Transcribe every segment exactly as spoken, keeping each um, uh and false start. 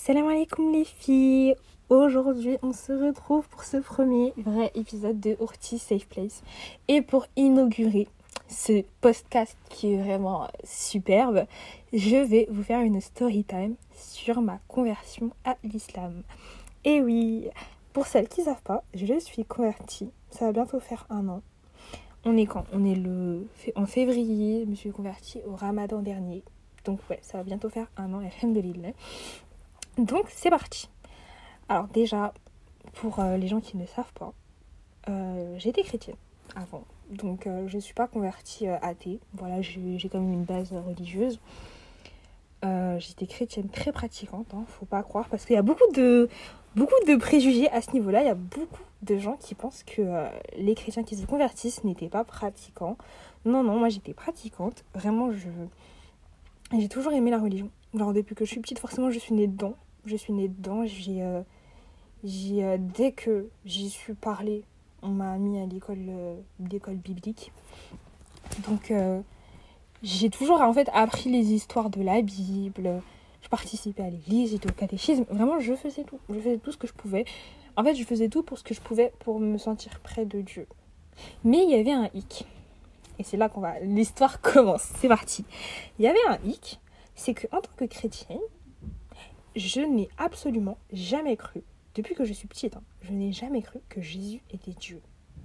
Salam alaikum les filles. Aujourd'hui, on se retrouve pour ce premier vrai épisode de Ourti Safe Place. Et pour inaugurer ce podcast qui est vraiment superbe, je vais vous faire une story time sur ma conversion à l'islam. Et oui, pour celles qui ne savent pas, je suis convertie. Ça va bientôt faire un an. On est quand On est le en février. Je me suis convertie au Ramadan dernier. Donc ouais, ça va bientôt faire un an. Alhamdoulilah. Donc c'est parti. Alors déjà, pour euh, les gens qui ne savent pas, euh, j'étais chrétienne avant. Donc euh, je ne suis pas convertie euh, athée. Voilà, j'ai, j'ai quand même une base religieuse. Euh, j'étais chrétienne très pratiquante, hein, faut pas croire, parce qu'il y a beaucoup de, beaucoup de préjugés à ce niveau-là. Il y a beaucoup de gens qui pensent que euh, les chrétiens qui se convertissent n'étaient pas pratiquants. Non, non, moi j'étais pratiquante. Vraiment, je j'ai toujours aimé la religion. Genre depuis que je suis petite, forcément, je suis née dedans. Je suis née dedans. J'ai, euh, j'ai euh, dès que j'ai su parler, on m'a mis à l'école, euh, l'école biblique. Donc euh, j'ai toujours en fait appris les histoires de la Bible. Je participais à l'église, j'étais au catéchisme. Vraiment, je faisais tout. Je faisais tout ce que je pouvais. En fait, je faisais tout pour ce que je pouvais pour me sentir près de Dieu. Mais il y avait un hic. Et c'est là qu'on va... L'histoire commence. C'est parti. Il y avait un hic. C'est qu'en tant que chrétienne, je n'ai absolument jamais cru, depuis que je suis petite, hein, je n'ai jamais cru que Jésus était Dieu.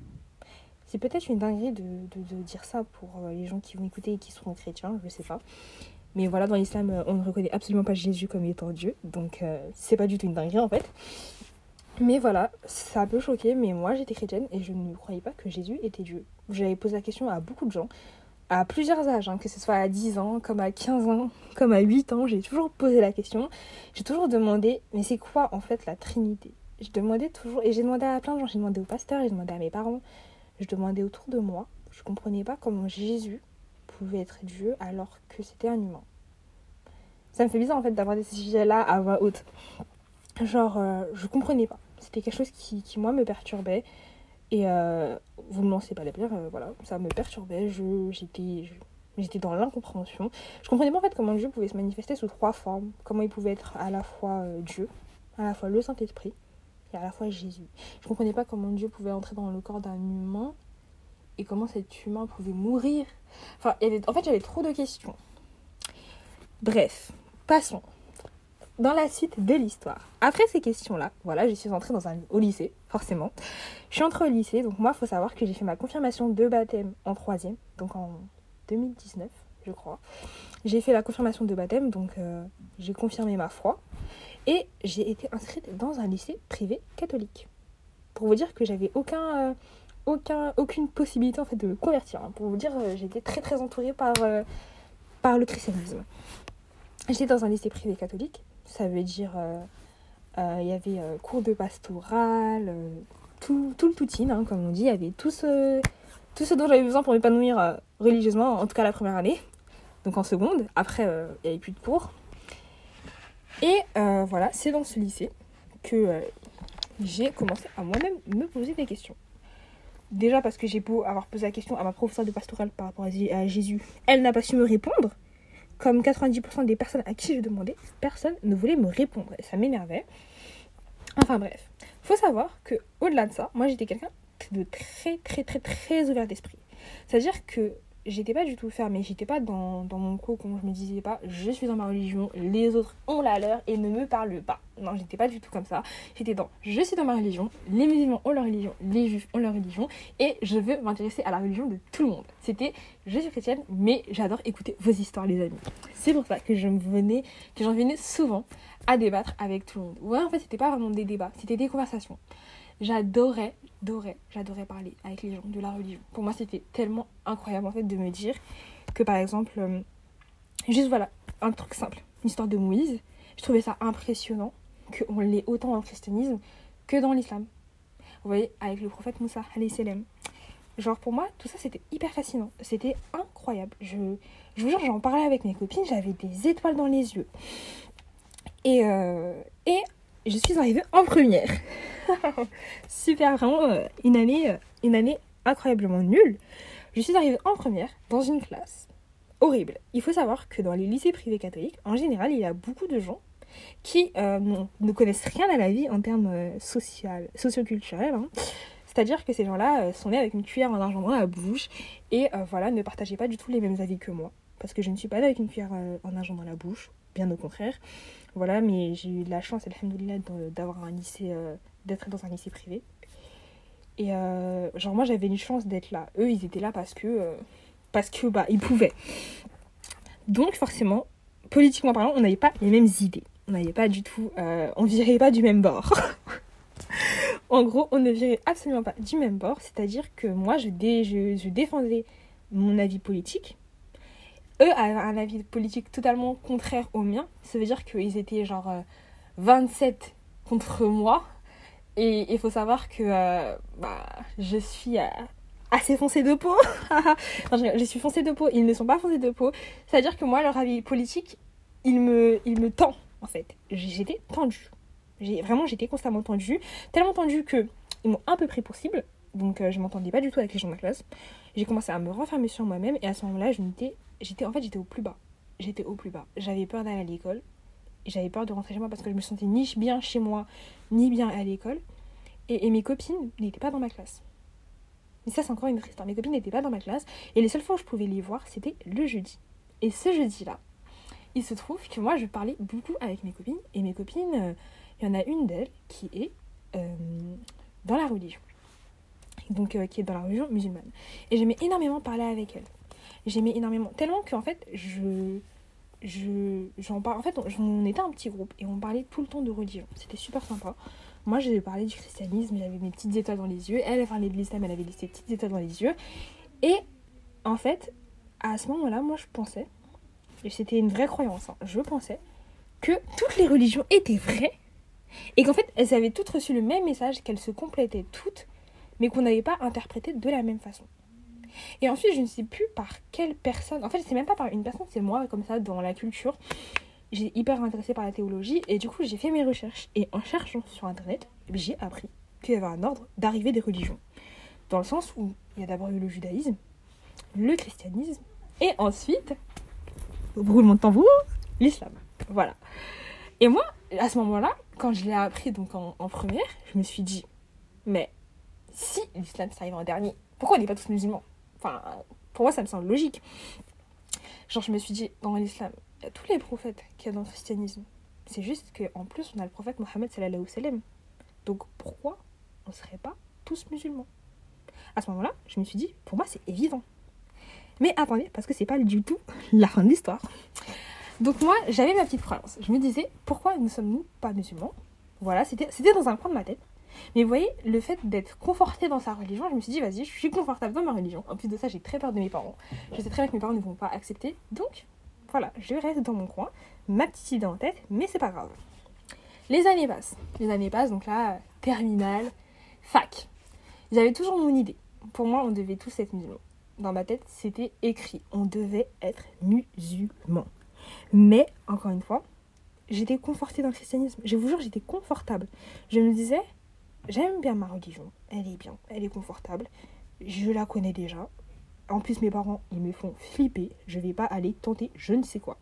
C'est peut-être une dinguerie de, de, de dire ça pour les gens qui vont écouter et qui seront chrétiens, je sais pas. Mais voilà, dans l'islam, on ne reconnaît absolument pas Jésus comme étant Dieu. Donc, euh, c'est pas du tout une dinguerie, en fait. Mais voilà, ça peut choquer, mais moi, j'étais chrétienne et je ne croyais pas que Jésus était Dieu. J'avais posé la question à beaucoup de gens, à plusieurs âges, hein, que ce soit à dix ans, comme à quinze ans, comme à huit ans. J'ai toujours posé la question. J'ai toujours demandé, mais c'est quoi, en fait, la Trinité ? Je demandais toujours, et j'ai demandé à plein de gens. J'ai demandé au pasteur, j'ai demandé à mes parents. Je demandais autour de moi. Je comprenais pas comment Jésus pouvait être Dieu alors que c'était un humain. Ça me fait bizarre en fait d'avoir des sujets-là à voix haute. Genre, euh, je comprenais pas. C'était quelque chose qui, qui moi, me perturbait. Et euh, vous ne m'en lancez pas la pierre, euh, voilà, ça me perturbait. Je, j'étais, je, j'étais dans l'incompréhension. Je comprenais pas en fait comment Dieu pouvait se manifester sous trois formes. Comment il pouvait être à la fois euh, Dieu, à la fois le Saint-Esprit et à la fois Jésus. Je comprenais pas comment Dieu pouvait entrer dans le corps d'un humain et comment cet humain pouvait mourir. Enfin, il y avait, en fait, j'avais trop de questions. Bref, passons dans la suite de l'histoire. Après ces questions-là, voilà, je suis entrée dans un, au lycée, forcément. Je suis entrée au lycée, donc moi, il faut savoir que j'ai fait ma confirmation de baptême en troisième, donc en deux mille dix-neuf, je crois. J'ai fait la confirmation de baptême, donc euh, j'ai confirmé ma foi. Et j'ai été inscrite dans un lycée privé catholique. Pour vous dire que j'avais aucun, euh, aucun, aucune possibilité en fait de me convertir. Hein. Pour vous dire, euh, j'étais très très entourée par, euh, par le christianisme. J'étais dans un lycée privé catholique. Ça veut dire, il euh, euh, y avait euh, cours de pastorale, euh, tout, tout le toutine, hein, comme on dit. Il y avait tout ce, tout ce dont j'avais besoin pour m'épanouir euh, religieusement, en tout cas la première année. Donc en seconde. Après, euh, il n'y avait plus de cours. Et euh, voilà, c'est dans ce lycée que euh, j'ai commencé à moi-même me poser des questions. Déjà parce que j'ai beau avoir posé la question à ma professeure de pastorale par rapport à Jésus, elle n'a pas su me répondre. Comme quatre-vingt-dix pour cent des personnes à qui je demandais, personne ne voulait me répondre. Et ça m'énervait. Enfin bref. Faut savoir que au-delà de ça, moi j'étais quelqu'un de très très très très ouvert d'esprit. C'est-à-dire que j'étais pas du tout fermée. J'étais pas dans, dans mon cocon. Je me disais pas, je suis dans ma religion, les autres ont la leur et ne me parlent pas. Non, j'étais pas du tout comme ça. J'étais dans, je suis dans ma religion, les musulmans ont leur religion, les juifs ont leur religion et je veux m'intéresser à la religion de tout le monde. C'était, je suis chrétienne, mais j'adore écouter vos histoires, les amis. C'est pour ça que je me venais, que j'en venais souvent à débattre avec tout le monde. Ouais, en fait, c'était pas vraiment des débats, c'était des conversations. J'adorais, adorais, j'adorais parler avec les gens de la religion. Pour moi, c'était tellement incroyable en fait de me dire que par exemple, euh, juste voilà, un truc simple, l'histoire de Moïse, je trouvais ça impressionnant qu'on l'ait autant dans le christianisme que dans l'islam. Vous voyez, avec le prophète Moussa, alayhi salam. Genre pour moi, tout ça c'était hyper fascinant, c'était incroyable. Je, je vous jure, j'en parlais avec mes copines, j'avais des étoiles dans les yeux. Et, euh, et je suis arrivée en première. Super, vraiment euh, une année, euh, une année incroyablement nulle. Je suis arrivée en première dans une classe horrible. Il faut savoir que dans les lycées privés catholiques, en général, il y a beaucoup de gens qui euh, non, ne connaissent rien à la vie en termes euh, social, socioculturels. Hein. C'est-à-dire que ces gens-là euh, sont nés avec une cuillère en argent dans la bouche et euh, voilà, ne partageaient pas du tout les mêmes avis que moi. Parce que je ne suis pas née avec une cuillère euh, en argent dans la bouche, bien au contraire. Voilà, mais j'ai eu de la chance, alhamdoulilah, d'avoir un lycée, euh, d'être dans un lycée privé. Et euh, genre moi j'avais une chance d'être là. Eux ils étaient là parce que euh, parce que bah ils pouvaient. Donc forcément, politiquement parlant, on n'avait pas les mêmes idées. On n'avait pas du tout, euh, on virait pas du même bord. En gros, on ne virait absolument pas du même bord. C'est-à-dire que moi je, dé, je, je défendais mon avis politique. Eux avaient un avis politique totalement contraire au mien. Ça veut dire qu'ils étaient genre euh, vingt-sept contre moi. Et il faut savoir que euh, bah, je suis euh, assez foncée de peau. Non, je, je suis foncée de peau, ils ne sont pas foncés de peau. C'est-à-dire que moi, leur avis politique, il me, il me tend, en fait. J'étais tendue. J'ai, vraiment, j'étais constamment tendue. Tellement tendue qu'ils m'ont un peu pris pour cible. Donc, euh, je ne m'entendais pas du tout avec les gens de la classe. J'ai commencé à me renfermer sur moi-même. Et à ce moment-là, je n'étais, j'étais, en fait, j'étais au plus bas. J'étais au plus bas. J'avais peur d'aller à l'école. J'avais peur de rentrer chez moi parce que je me sentais ni bien chez moi, ni bien à l'école. Et, et mes copines n'étaient pas dans ma classe. Mais ça, c'est encore une autre histoire. Mes copines n'étaient pas dans ma classe. Et les seules fois où je pouvais les voir, c'était le jeudi. Et ce jeudi-là, il se trouve que moi, je parlais beaucoup avec mes copines. Et mes copines, euh, il y en a une d'elles qui est euh, dans la religion. Donc, euh, qui est dans la religion musulmane. Et j'aimais énormément parler avec elle. J'aimais énormément. Tellement qu'en fait, je... Je, j'en parle, en fait, on, on était un petit groupe et on parlait tout le temps de religion. C'était super sympa. Moi, j'ai parlé du christianisme, j'avais mes petites étoiles dans les yeux. Elle, elle parlait de l'islam, elle avait ses petites étoiles dans les yeux. Et en fait, à ce moment-là, moi, je pensais, et c'était une vraie croyance, hein, je pensais que toutes les religions étaient vraies et qu'en fait, elles avaient toutes reçu le même message, qu'elles se complétaient toutes, mais qu'on n'avait pas interprété de la même façon. Et ensuite, je ne sais plus par quelle personne, en fait, c'est même pas par une personne, c'est moi, comme ça, dans la culture. J'ai hyper intéressée par la théologie et du coup, j'ai fait mes recherches. Et en cherchant sur Internet, j'ai appris qu'il y avait un ordre d'arrivée des religions. Dans le sens où il y a d'abord eu le judaïsme, le christianisme, et ensuite, au roulement de tambour, l'islam. Voilà. Et moi, à ce moment-là, quand je l'ai appris donc en, en première, je me suis dit, mais si l'islam ça arrive en dernier, pourquoi on n'est pas tous musulmans ? Enfin, pour moi, ça me semble logique. Genre, je me suis dit, dans l'islam, il y a tous les prophètes qu'il y a dans le christianisme. C'est juste qu'en plus, on a le prophète Mohammed sallallahu alayhi wa sallam. Donc, pourquoi on ne serait pas tous musulmans ? À ce moment-là, je me suis dit, pour moi, c'est évident. Mais attendez, parce que c'est pas du tout la fin de l'histoire. Donc moi, j'avais ma petite croyance. Je me disais, pourquoi ne sommes-nous pas musulmans ? Voilà, c'était, c'était dans un coin de ma tête. Mais vous voyez, le fait d'être conforté dans sa religion, je me suis dit, vas-y, je suis confortable dans ma religion. En plus de ça, j'ai très peur de mes parents. Je sais très bien que mes parents ne vont pas accepter. Donc, voilà, je reste dans mon coin, ma petite idée en tête, mais c'est pas grave. Les années passent. Les années passent, donc là, terminale, fac. J'avais toujours mon idée. Pour moi, on devait tous être musulmans. Dans ma tête, c'était écrit. On devait être musulmans. Mais, encore une fois, j'étais confortée dans le christianisme. Je vous jure, j'étais confortable. Je me disais, j'aime bien ma religion. Elle est bien, elle est confortable. Je la connais déjà. En plus, mes parents, ils me font flipper. Je vais pas aller tenter je ne sais quoi.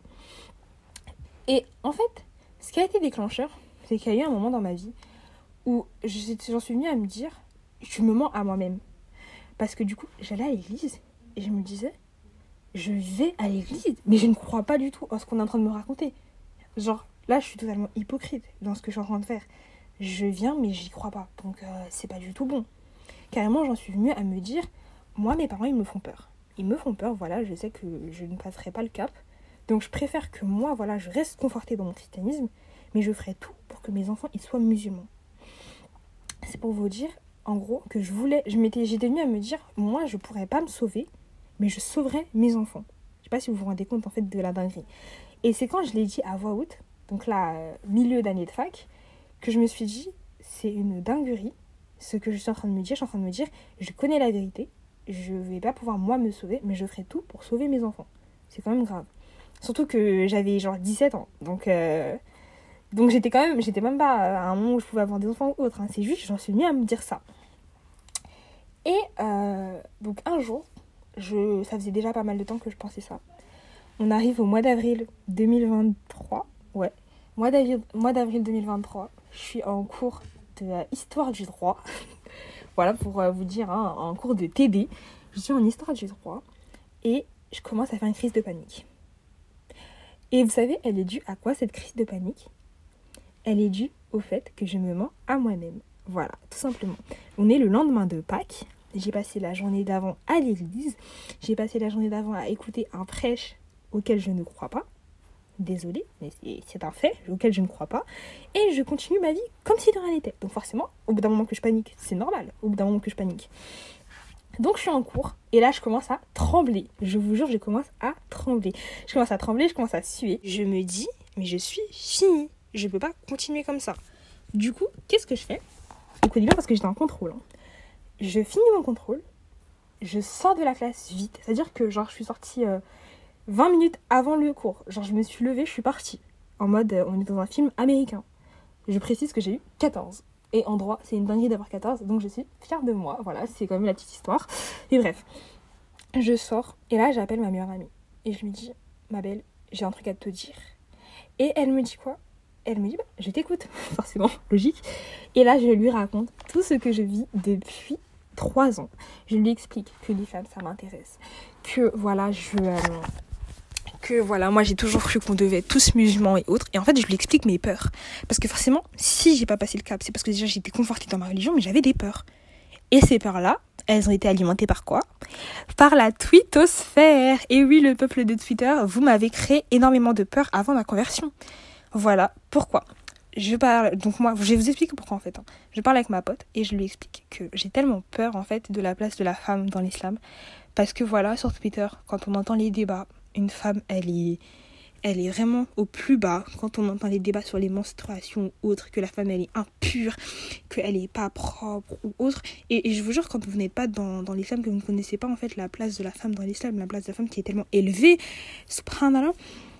Et en fait, ce qui a été déclencheur, c'est qu'il y a eu un moment dans ma vie où j'en suis venue à me dire, je me mens à moi-même. Parce que du coup, j'allais à l'église et je me disais, je vais à l'église, mais je ne crois pas du tout à ce qu'on est en train de me raconter. Genre, là, je suis totalement hypocrite dans ce que je suis en train de faire. Je viens, mais j'y crois pas. Donc, euh, c'est pas du tout bon. Carrément, j'en suis venue à me dire, moi, mes parents, ils me font peur. Ils me font peur, voilà, je sais que je ne passerai pas le cap. Donc, je préfère que moi, voilà, je reste confortée dans mon christianisme, mais je ferai tout pour que mes enfants, ils soient musulmans. C'est pour vous dire, en gros, que je voulais, je m'étais, j'étais venue à me dire, moi, je pourrais pas me sauver, mais je sauverai mes enfants. Je sais pas si vous vous rendez compte, en fait, de la dinguerie. Et c'est quand je l'ai dit à voix haute, donc là, euh, milieu d'année de fac, que je me suis dit, c'est une dinguerie, ce que je suis en train de me dire. Je suis en train de me dire, je connais la vérité, je vais pas pouvoir moi me sauver, mais je ferai tout pour sauver mes enfants. C'est quand même grave. Surtout que j'avais genre dix-sept ans, donc euh, donc j'étais quand même, j'étais même pas à un moment où je pouvais avoir des enfants ou autre. Hein. C'est juste, j'en suis venue à me dire ça. Et euh, donc un jour, je, ça faisait déjà pas mal de temps que je pensais ça. On arrive au mois d'avril deux mille vingt-trois, ouais. mois d'avril, mois d'avril deux mille vingt-trois, je suis en cours de euh, histoire du droit. Voilà, pour euh, vous dire, hein, en cours de T D. Je suis en histoire du droit et je commence à faire une crise de panique. Et vous savez, elle est due à quoi cette crise de panique ? Elle est due au fait que je me mens à moi-même. Voilà, tout simplement. On est le lendemain de Pâques. J'ai passé la journée d'avant à l'église. J'ai passé la journée d'avant à écouter un prêche auquel je ne crois pas. Désolée, mais c'est, c'est un fait auquel je ne crois pas. Et je continue ma vie comme si de rien n'était. Donc forcément, au bout d'un moment que je panique, c'est normal. Au bout d'un moment que je panique. Donc je suis en cours et là je commence à trembler. Je vous jure, je commence à trembler. Je commence à trembler, je commence à suer. Je me dis, mais je suis finie. Je peux pas continuer comme ça. Du coup, qu'est-ce que je fais ? Écoutez bien parce que j'étais en contrôle. Hein. Je finis mon contrôle. Je sors de la classe vite. C'est-à-dire que genre je suis sortie euh, vingt minutes avant le cours. Genre je me suis levée, je suis partie. En mode, euh, on est dans un film américain. Je précise que j'ai eu quatorze. Et en droit, c'est une dinguerie d'avoir quatorze, donc je suis fière de moi. Voilà, c'est quand même la petite histoire. Et bref, je sors, et là, j'appelle ma meilleure amie. Et je lui dis, ma belle, j'ai un truc à te dire. Et elle me dit quoi ? Elle me dit, bah, je t'écoute, forcément, logique. Et là, je lui raconte tout ce que je vis depuis trois ans. Je lui explique que les femmes, ça m'intéresse. Que, voilà, je... Euh, que voilà, moi j'ai toujours cru qu'on devait être tous musulmans et autres. Et en fait, je lui explique mes peurs. Parce que forcément, si j'ai pas passé le cap, c'est parce que déjà j'étais confortée dans ma religion, mais j'avais des peurs. Et ces peurs-là, elles ont été alimentées par quoi ? Par la twittosphère. Et oui, le peuple de Twitter, vous m'avez créé énormément de peurs avant ma conversion. Voilà, pourquoi ? Je parle, donc moi, je vais vous expliquer pourquoi en fait. Hein. Je parle avec ma pote et je lui explique que j'ai tellement peur en fait de la place de la femme dans l'islam. Parce que voilà, sur Twitter, quand on entend les débats, une femme, elle est, elle est vraiment au plus bas quand on entend les débats sur les menstruations ou autres, que la femme, elle est impure, qu'elle est pas propre ou autre. Et, et je vous jure, quand vous n'êtes pas dans, dans l'islam, que vous ne connaissez pas en fait la place de la femme dans l'islam, la place de la femme qui est tellement élevée, subhanallah,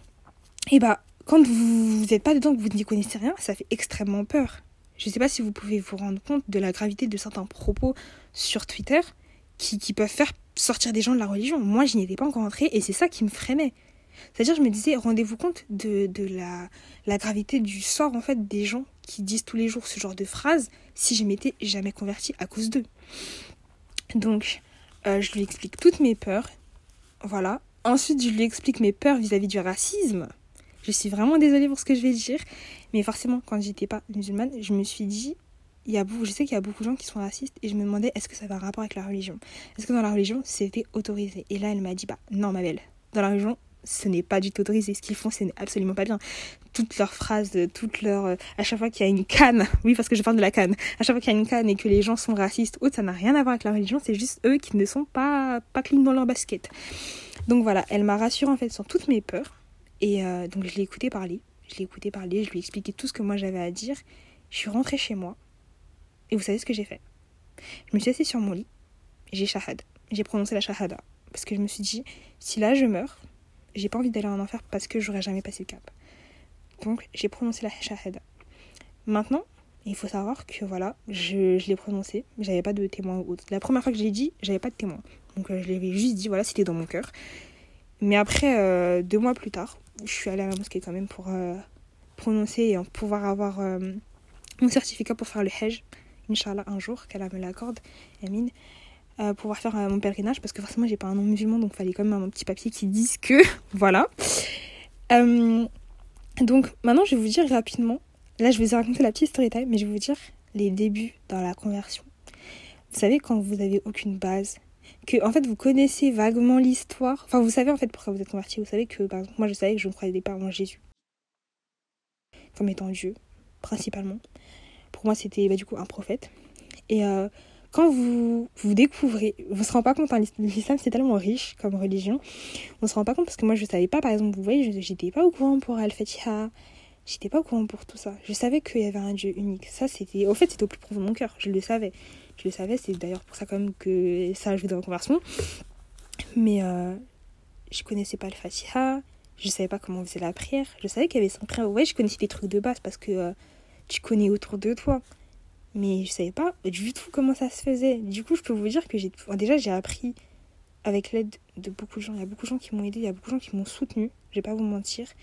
et bah, quand vous n'êtes pas dedans, que vous n'y connaissez rien, ça fait extrêmement peur. Je ne sais pas si vous pouvez vous rendre compte de la gravité de certains propos sur Twitter qui, qui peuvent faire sortir des gens de la religion. Moi, je n'y étais pas encore entrée et c'est ça qui me freinait. C'est-à-dire, je me disais, rendez-vous compte de, de la, la gravité du sort, en fait, des gens qui disent tous les jours ce genre de phrases si je m'étais jamais convertie à cause d'eux. Donc, euh, je lui explique toutes mes peurs. Voilà. Ensuite, je lui explique mes peurs vis-à-vis du racisme. Je suis vraiment désolée pour ce que je vais dire. Mais forcément, quand j'étais pas musulmane, je me suis dit... Il y a beaucoup, je sais qu'il y a beaucoup de gens qui sont racistes et je me demandais est-ce que ça avait un rapport avec la religion ? Est-ce que dans la religion, c'était autorisé ? Et là, elle m'a dit, bah non, ma belle, dans la religion, ce n'est pas du tout autorisé. Ce qu'ils font, ce n'est absolument pas bien. Toutes leurs phrases, toutes leurs... À chaque fois qu'il y a une canne, oui, parce que je parle de la canne, à chaque fois qu'il y a une canne et que les gens sont racistes, autres, ça n'a rien à voir avec la religion, c'est juste eux qui ne sont pas, pas clean dans leur basket. Donc voilà, elle m'a rassurée en fait sur toutes mes peurs. Et euh, donc je l'ai écoutée parler, je l'ai écoutée parler, je lui ai expliqué tout ce que moi j'avais à dire. Je suis rentrée chez moi. Et vous savez ce que j'ai fait ? Je me suis assise sur mon lit, j'ai shahad, j'ai prononcé la shahada. Parce que je me suis dit, si là je meurs, j'ai pas envie d'aller en enfer parce que j'aurais jamais passé le cap. Donc j'ai prononcé la shahada. Maintenant, il faut savoir que voilà, je, je l'ai prononcé, mais j'avais pas de témoin ou autre. La première fois que je l'ai dit, j'avais pas de témoin. Donc euh, je l'avais juste dit, voilà, c'était dans mon cœur. Mais après, euh, deux mois plus tard, je suis allée à la mosquée quand même pour euh, prononcer et pouvoir avoir euh, mon certificat pour faire le hajj. Inch'Allah, un jour, qu'Allah me l'accorde, Amine, euh, pouvoir faire euh, mon pèlerinage, parce que forcément, j'ai pas un nom musulman, donc il fallait quand même un petit papier qui dise que, voilà. Euh, donc, maintenant, je vais vous dire rapidement, là, je vais vous raconter la petite story time, mais je vais vous dire les débuts dans la conversion. Vous savez, quand vous avez aucune base, que, en fait, vous connaissez vaguement l'histoire, enfin, vous savez, en fait, pourquoi vous êtes converti, vous savez que, par exemple, moi, je savais que je ne croyais pas en Jésus, comme étant Dieu, principalement. Pour moi, c'était bah, du coup un prophète. Et euh, quand vous, vous découvrez, on ne se rend pas compte, hein, l'islam c'est tellement riche comme religion, on ne se rend pas compte parce que moi je ne savais pas, par exemple, vous voyez, je n'étais pas au courant pour Al-Fatiha, j'étais pas au courant pour tout ça. Je savais qu'il y avait un Dieu unique. Ça, c'était, au fait, c'était au plus profond de mon cœur, je le savais. Je le savais, c'est d'ailleurs pour ça quand même que ça a joué dans la conversion. Mais euh, je connaissais pas Al-Fatiha, je savais pas comment on faisait la prière, je savais qu'il y avait cinq prières. Vous voyez, je connaissais des trucs de base parce que... Euh, tu connais autour de toi, mais je savais pas du tout comment ça se faisait. Du coup, je peux vous dire que j'ai déjà j'ai appris avec l'aide de beaucoup de gens. Il y a beaucoup de gens qui m'ont aidé, il y a beaucoup de gens qui m'ont soutenu, je vais pas vous mentir.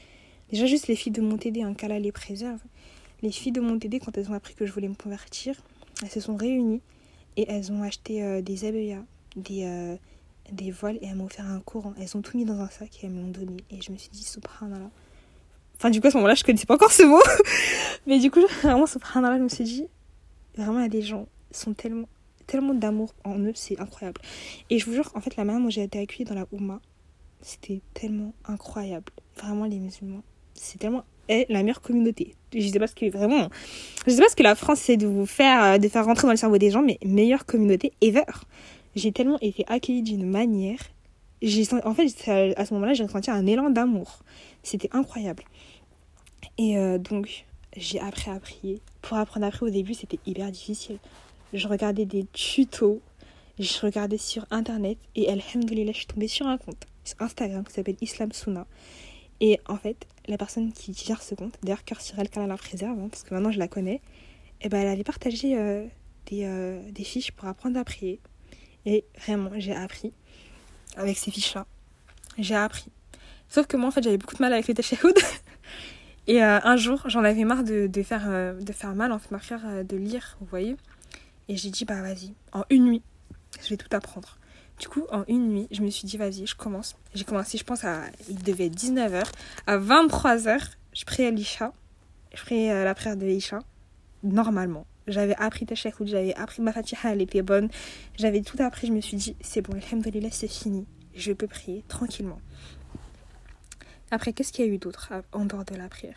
Déjà, juste les filles de mon T D, hein, qu'Allah les préserve. Les filles de mon T D, quand elles ont appris que je voulais me convertir, elles se sont réunies et elles ont acheté euh, des abeyas, des, euh, des voiles et elles m'ont offert un Coran. Elles ont tout mis dans un sac et elles me l'ont donné. Et je me suis dit, subhanallah. Enfin, du coup, à ce moment-là, je connaissais pas encore ce mot. Mais du coup, vraiment, subhanallah, je me suis dit, vraiment, les gens sont tellement, tellement d'amour en eux, c'est incroyable. Et je vous jure, en fait, la manière dont j'ai été accueillie dans la Oumma, c'était tellement incroyable. Vraiment, les musulmans, c'est tellement est la meilleure communauté. Je sais pas ce que vraiment, je sais pas ce que la France c'est de vous faire, de faire rentrer dans le cerveau des gens, mais meilleure communauté ever. J'ai tellement été accueillie d'une manière, j'ai en fait à ce moment-là j'ai ressenti un élan d'amour. C'était incroyable. Et euh, donc j'ai appris à prier. Pour apprendre à prier au début c'était hyper difficile. Je regardais des tutos, je regardais sur internet et alhamdoulilah je suis tombée sur un compte sur Instagram qui s'appelle Islam Sunna. Et en fait, la personne qui gère ce compte, d'ailleurs, cœur sur elle, qu'Allah la préserve, hein, parce que maintenant je la connais, et ben, elle avait partagé euh, des, euh, des fiches pour apprendre à prier. Et vraiment, j'ai appris avec ces fiches-là. J'ai appris. Sauf que moi, en fait, j'avais beaucoup de mal avec le tashahoud. Et euh, un jour, j'en avais marre de, de, faire, euh, de faire mal, en fait, ma frère, euh, de lire, vous voyez. Et j'ai dit, bah vas-y, en une nuit, je vais tout apprendre. Du coup, en une nuit, je me suis dit, vas-y, je commence. J'ai commencé, je pense, à... il devait être dix-neuf heures. À vingt-trois heures, je priais l'Isha. Je priais euh, la prière de l'Isha. Normalement. J'avais appris Tashahoud, j'avais appris ma Fatiha, elle était bonne. J'avais tout appris, je me suis dit, c'est bon, alhamdoulilah, c'est fini. Je peux prier tranquillement. Après, qu'est-ce qu'il y a eu d'autre en dehors de la prière ?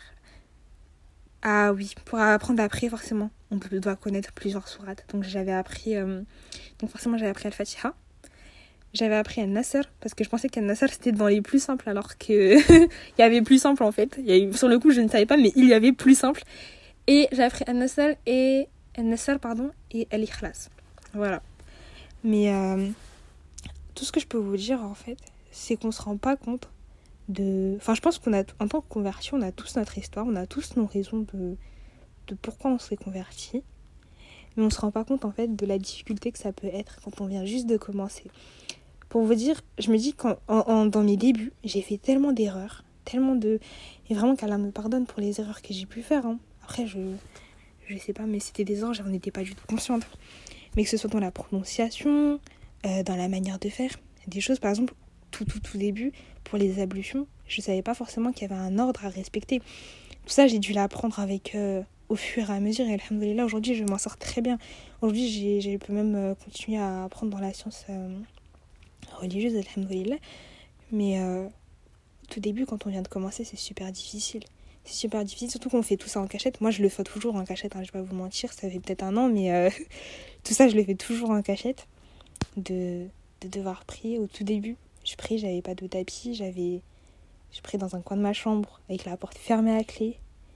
Ah oui, pour apprendre à prier, forcément, on doit connaître plusieurs sourates. Donc, j'avais appris... Euh... Donc, forcément, j'avais appris Al-Fatiha. J'avais appris An-Nasr, parce que je pensais qu'An-Nasr c'était dans les plus simples, alors que il y avait plus simple en fait. Il y a eu... Sur le coup, je ne savais pas, mais il y avait plus simple. Et j'ai appris An-Nasr et An-Nasr, pardon, et Al-Ikhlas. Voilà. Mais euh, tout ce que je peux vous dire en fait, c'est qu'on se rend pas compte de. Enfin, je pense qu'on a, en tant que converti, on a tous notre histoire, on a tous nos raisons de, de pourquoi on s'est converti. Mais on se rend pas compte en fait de la difficulté que ça peut être quand on vient juste de commencer. Pour vous dire, je me dis que dans mes débuts, j'ai fait tellement d'erreurs, tellement de... Et vraiment qu'Allah me pardonne pour les erreurs que j'ai pu faire. Hein. Après, je je sais pas, mais c'était des erreurs, j'en étais pas du tout consciente. Mais que ce soit dans la prononciation, euh, dans la manière de faire. Des choses, par exemple, tout, tout, tout début, pour les ablutions, je savais pas forcément qu'il y avait un ordre à respecter. Tout ça, j'ai dû l'apprendre avec... Euh, au fur et à mesure. Et alhamdoulilah, aujourd'hui, je m'en sors très bien. Aujourd'hui, j'ai, j'ai pu même euh, continuer à apprendre dans la science... Euh, religieuse, alhamdoulilah. Mais euh, tout début, quand on vient de commencer, c'est super difficile. C'est super difficile, surtout qu'on fait tout ça en cachette. Moi, je le fais toujours en cachette, hein, je vais pas vous mentir. Ça fait peut-être un an, mais euh, tout ça, je le fais toujours en cachette. De, de devoir prier. Au tout début, je prie, j'avais pas de tapis. J'avais, je prie dans un coin de ma chambre, avec la porte fermée à clé.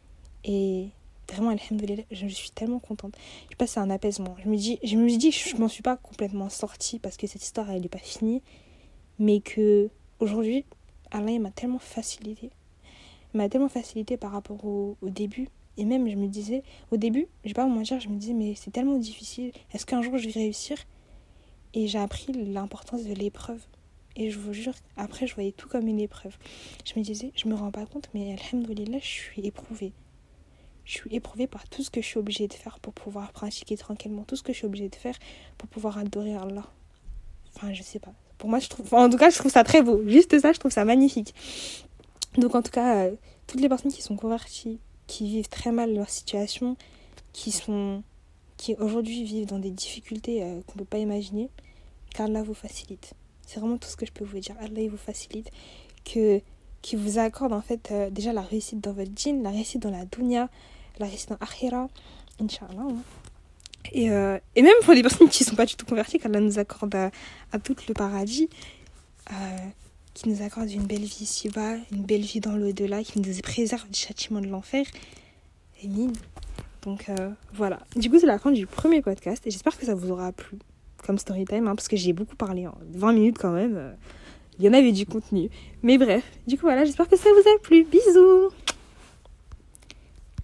Et vraiment, alhamdoulilah, je suis tellement contente. Je sais pas, c'est un apaisement. Je me dis, je me dis que je m'en suis pas complètement sortie parce que cette histoire, elle est pas finie. Mais que aujourd'hui, Allah, il m'a tellement facilité. Il m'a tellement facilité par rapport au, au début. Et même, je me disais, au début, je vais pas vous mentir, je me disais, mais c'est tellement difficile. Est-ce qu'un jour, je vais réussir ? Et j'ai appris l'importance de l'épreuve. Et je vous jure, après, je voyais tout comme une épreuve. Je me disais, je me rends pas compte, mais alhamdoulilah, je suis éprouvée. Je suis éprouvée par tout ce que je suis obligée de faire pour pouvoir pratiquer tranquillement. Tout ce que je suis obligée de faire pour pouvoir adorer Allah. Enfin, je sais pas. Pour moi, je trouve... Enfin, en tout cas, je trouve ça très beau. Juste ça, je trouve ça magnifique. Donc, en tout cas, euh, toutes les personnes qui sont converties, qui vivent très mal leur situation, qui sont... qui aujourd'hui vivent dans des difficultés euh, qu'on peut pas imaginer, qu'Allah vous facilite. C'est vraiment tout ce que je peux vous dire. Allah, il vous facilite. Que... qui vous accorde, en fait, euh, déjà la réussite dans votre djinn, la réussite dans la dunya, la réussite dans l'akhira, Inch'Allah. Hein. Et, euh, et même pour les personnes qui ne sont pas du tout converties, qu'Allah nous accorde à, à tout le paradis, euh, qui nous accorde une belle vie ici-bas, une belle vie dans l'au-delà, qui nous préserve du châtiment de l'enfer. Et mine. Donc euh, voilà. Du coup, c'est la fin du premier podcast et j'espère que ça vous aura plu comme story time, hein, parce que j'ai beaucoup parlé, hein, vingt minutes quand même. Euh, il y en avait du contenu. Mais bref, du coup voilà, j'espère que ça vous a plu. Bisous!